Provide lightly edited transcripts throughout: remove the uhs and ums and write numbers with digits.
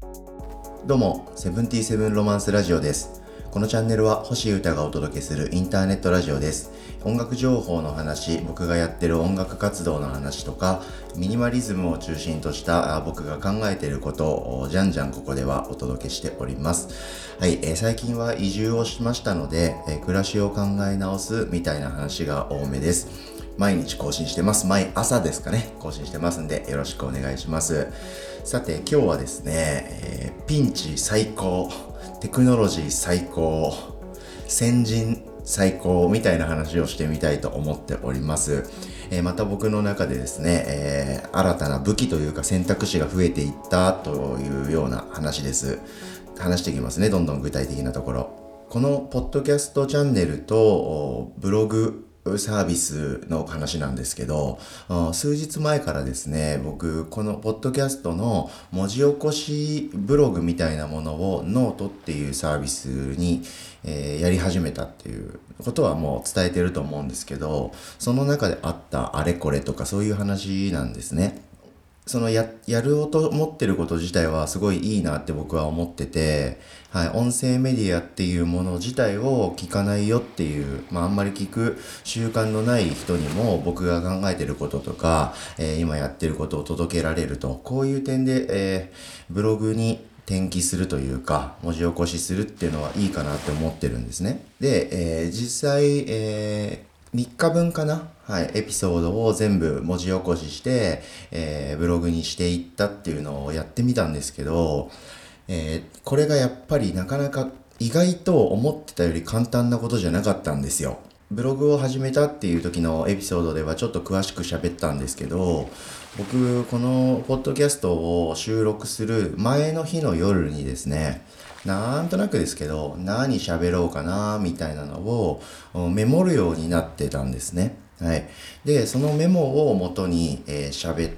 どうも、セブンティーセブンロマンスラジオです。このチャンネルは星優太がお届けするインターネットラジオです。音楽情報の話、僕がやってる音楽活動の話とか、ミニマリズムを中心とした僕が考えていることをじゃんじゃんここではお届けしております。はい、最近は移住をしましたので、暮らしを考え直すみたいな話が多めです。毎日更新してます。毎朝ですかね、更新してますんでよろしくお願いします。さて今日はですね、ピンチ最高、テクノロジー最高、先人最高みたいな話をしてみたいと思っております。また僕の中でですね、新たな武器というか選択肢が増えていったというような話です。話していきますね、どんどん具体的なところ。このポッドキャストチャンネルとブログサービスの話なんですけど、数日前からですね、僕このポッドキャストの文字起こしブログみたいなものをノートっていうサービスに、やり始めたっていうことはもう伝えてると思うんですけど、その中であったあれこれとかそういう話なんですね。やると思ってること自体はすごいいいなって僕は思ってて、はい、音声メディアっていうもの自体を聞かないよっていう、あんまり聞く習慣のない人にも僕が考えてることとか、今やってることを届けられると、こういう点で、ブログに転記するというか、文字起こしするっていうのはいいかなって思ってるんですね。で、実際、3日分かな、はい、エピソードを全部文字起こしして、ブログにしていったっていうのをやってみたんですけど、これがやっぱりなかなか意外と思ってたより簡単なことじゃなかったんですよ。ブログを始めたっていう時のエピソードではちょっと詳しく喋ったんですけど、僕このポッドキャストを収録する前の日の夜にですね、なんとなくですけど何喋ろうかなみたいなのをメモるようになってたんですね。はい。で、そのメモを元に喋って、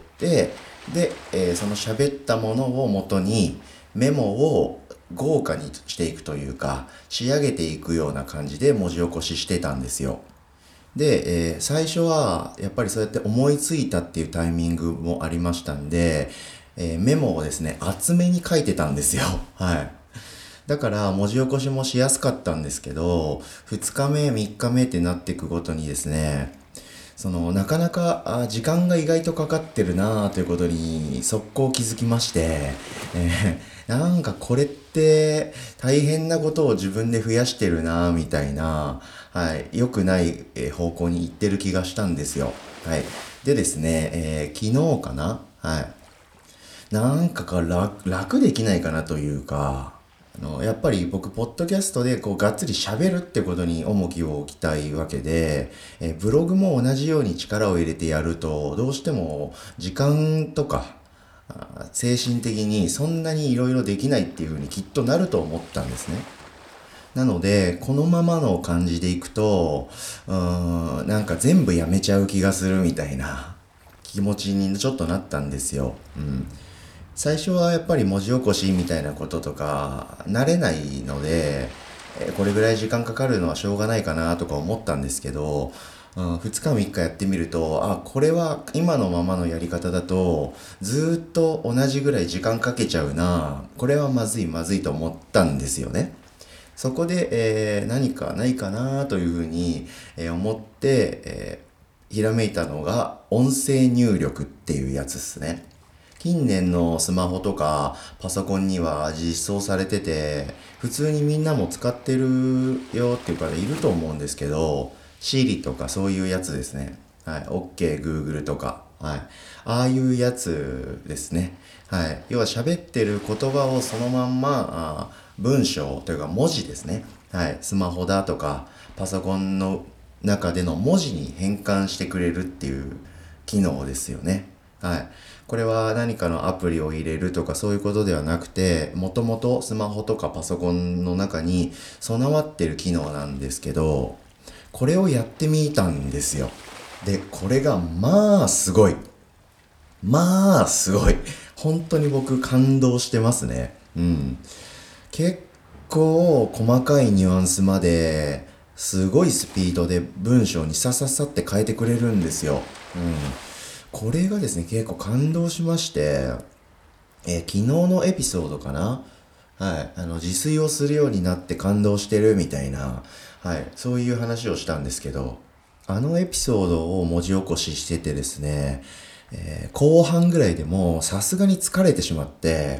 で、その喋ったものを元にメモを豪華にしていくというか、仕上げていくような感じで文字起こししてたんですよ。で、最初はやっぱりそうやって思いついたっていうタイミングもありましたんで、メモをですね、厚めに書いてたんですよ。はい。だから文字起こしもしやすかったんですけど、2日目、3日目ってなっていくごとにですね、なかなか時間が意外とかかってるなということに速攻気づきまして、なんかこれって大変なことを自分で増やしてるなみたいな、はい、良くない、方向に行ってる気がしたんですよ。はい。でですね、昨日かな、はい。なんか楽できないかなというか、やっぱり僕、ポッドキャストでこう、がっつり喋るってことに重きを置きたいわけで、ブログも同じように力を入れてやると、どうしても時間とか、精神的にそんなにいろいろできないっていう風にきっとなると思ったんですね。なので、このままの感じでいくと、なんか全部やめちゃう気がするみたいな気持ちにちょっとなったんですよ。うん。最初はやっぱり文字起こしみたいなこととか慣れないので、これぐらい時間かかるのはしょうがないかなとか思ったんですけど、2日3日やってみると、これは今のままのやり方だとずーっと同じぐらい時間かけちゃうな、これはまずいまずいと思ったんですよね。そこで、何かないかなというふうに、思って、ひらめいたのが音声入力っていうやつですね。近年のスマホとかパソコンには実装されてて、普通にみんなも使ってるよっていう方いると思うんですけど、Siri とかそういうやつですね。はい。OK Google とか。はい。ああいうやつですね。はい。要は喋ってる言葉をそのまんま、文章というか文字ですね。はい。スマホだとか、パソコンの中での文字に変換してくれるっていう機能ですよね。はい。これは何かのアプリを入れるとかそういうことではなくて、もともとスマホとかパソコンの中に備わってる機能なんですけど、これをやってみたんですよ。で、これがまあすごい。まあすごい。本当に僕感動してますね。うん。結構細かいニュアンスまですごいスピードで文章にさささって変えてくれるんですよ。うん。これがですね、結構感動しまして、 昨日のエピソードかな。はい。自炊をするようになって感動してるみたいな、はい。そういう話をしたんですけど、あのエピソードを文字起こししててですね、後半ぐらいでもうさすがに疲れてしまって、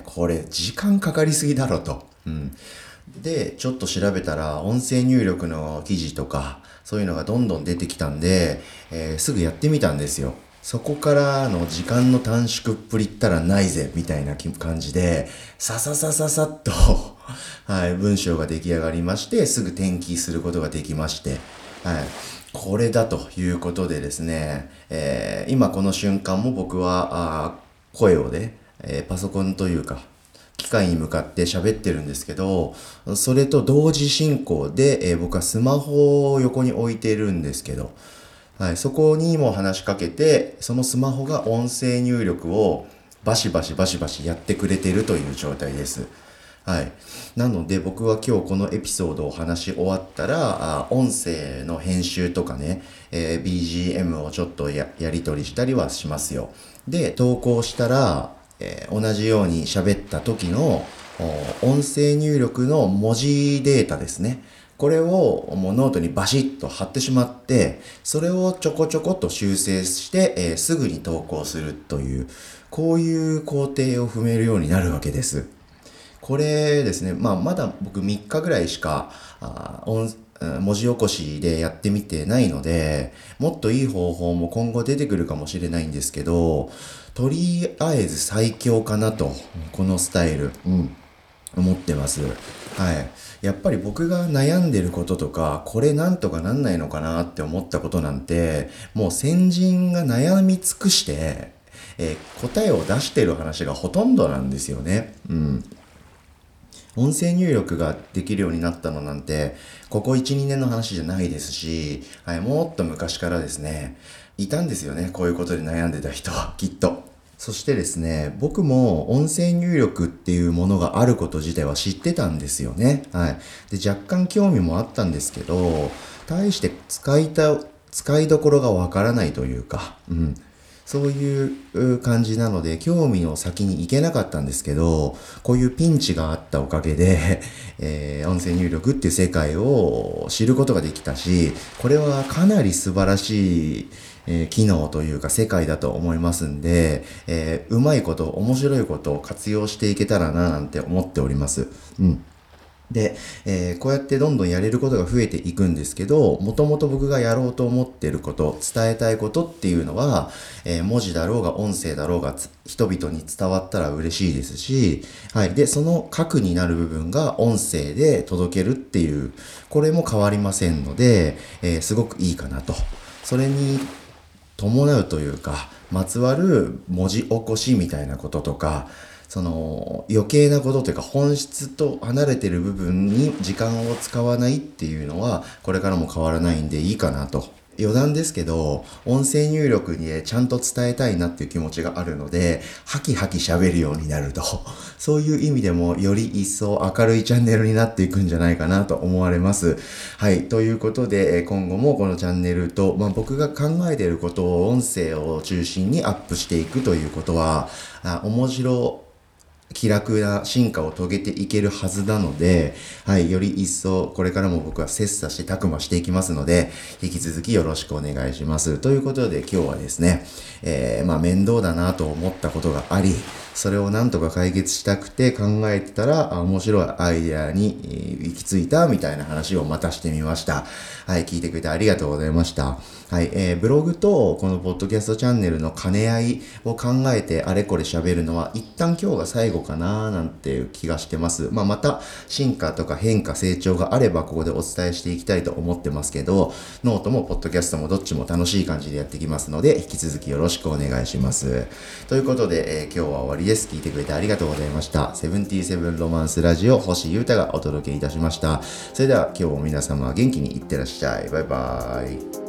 これ時間かかりすぎだろと。うん。で、ちょっと調べたら音声入力の記事とか、そういうのがどんどん出てきたんで、すぐやってみたんですよ。そこからの時間の短縮っぷりったらないぜ、みたいな感じで、さささささっとはい、文章が出来上がりまして、すぐ転記することができまして、はい、これだということでですね、今この瞬間も僕は、声をね、パソコンというか、機械に向かって喋ってるんですけど、それと同時進行で、僕はスマホを横に置いてるんですけど、はい、そこにも話しかけて、そのスマホが音声入力をバシバシバシバシやってくれてるという状態です。はい。なので僕は今日このエピソードを話し終わったら、音声の編集とかね、BGM をちょっとやり取りしたりはしますよ。で、投稿したら、同じように喋った時の音声入力の文字データですね。これをもうノートにバシッと貼ってしまって、それをちょこちょこっと修正して、すぐに投稿するという、こういう工程を踏めるようになるわけです。これですね、まだ僕3日ぐらいしか、文字起こしでやってみてないので、もっといい方法も今後出てくるかもしれないんですけど、とりあえず最強かなと、このスタイル、思ってます。はい。やっぱり僕が悩んでることとか、これなんとかなんないのかなって思ったことなんて、もう先人が悩み尽くして、答えを出してる話がほとんどなんですよね。音声入力ができるようになったのなんて、ここ1、2年の話じゃないですし、はい、もっと昔からですね、いたんですよね。こういうことで悩んでた人は、きっと。そしてですね、僕も音声入力っていうものがあること自体は知ってたんですよね。はい。で、若干興味もあったんですけど、大して使いどころがわからないというか、そういう感じなので、興味の先に行けなかったんですけど、こういうピンチがあったおかげで、音声入力っていう世界を知ることができたし、これはかなり素晴らしい、機能というか世界だと思いますんで、うまいこと、面白いことを活用していけたらななんて思っております。で、こうやってどんどんやれることが増えていくんですけど、もともと僕がやろうと思っていること、伝えたいことっていうのは、文字だろうが音声だろうが人々に伝わったら嬉しいですし、はい。で、その核になる部分が音声で届けるっていう、これも変わりませんので、すごくいいかなと。それに伴うというか、まつわる文字起こしみたいなこととか、その余計なことというか本質と離れてる部分に時間を使わないっていうのはこれからも変わらないんでいいかなと。余談ですけど、音声入力にちゃんと伝えたいなっていう気持ちがあるので、ハキハキ喋るようになると、そういう意味でもより一層明るいチャンネルになっていくんじゃないかなと思われます。はい。ということで、今後もこのチャンネルと、僕が考えていることを音声を中心にアップしていくということは、面白気楽な進化を遂げていけるはずなので、はい、より一層これからも僕は切磋して琢磨していきますので、引き続きよろしくお願いします。ということで今日はですね、面倒だなと思ったことがあり、それをなんとか解決したくて考えてたら、面白いアイデアに行き着いたみたいな話をまたしてみました。はい、聞いてくれてありがとうございました。はい、ブログとこのポッドキャストチャンネルの兼ね合いを考えてあれこれ喋るのは一旦今日が最後かななんていう気がしてます。また進化とか変化成長があればここでお伝えしていきたいと思ってますけど、ノートもポッドキャストもどっちも楽しい感じでやっていきますので、引き続きよろしくお願いします。ということで、今日は終わりです。聞いてくれてありがとうございました。セブンティーセブンロマンスラジオ星優太がお届けいたしました。それでは今日も皆様元気にいってらっしゃい。バイバーイ。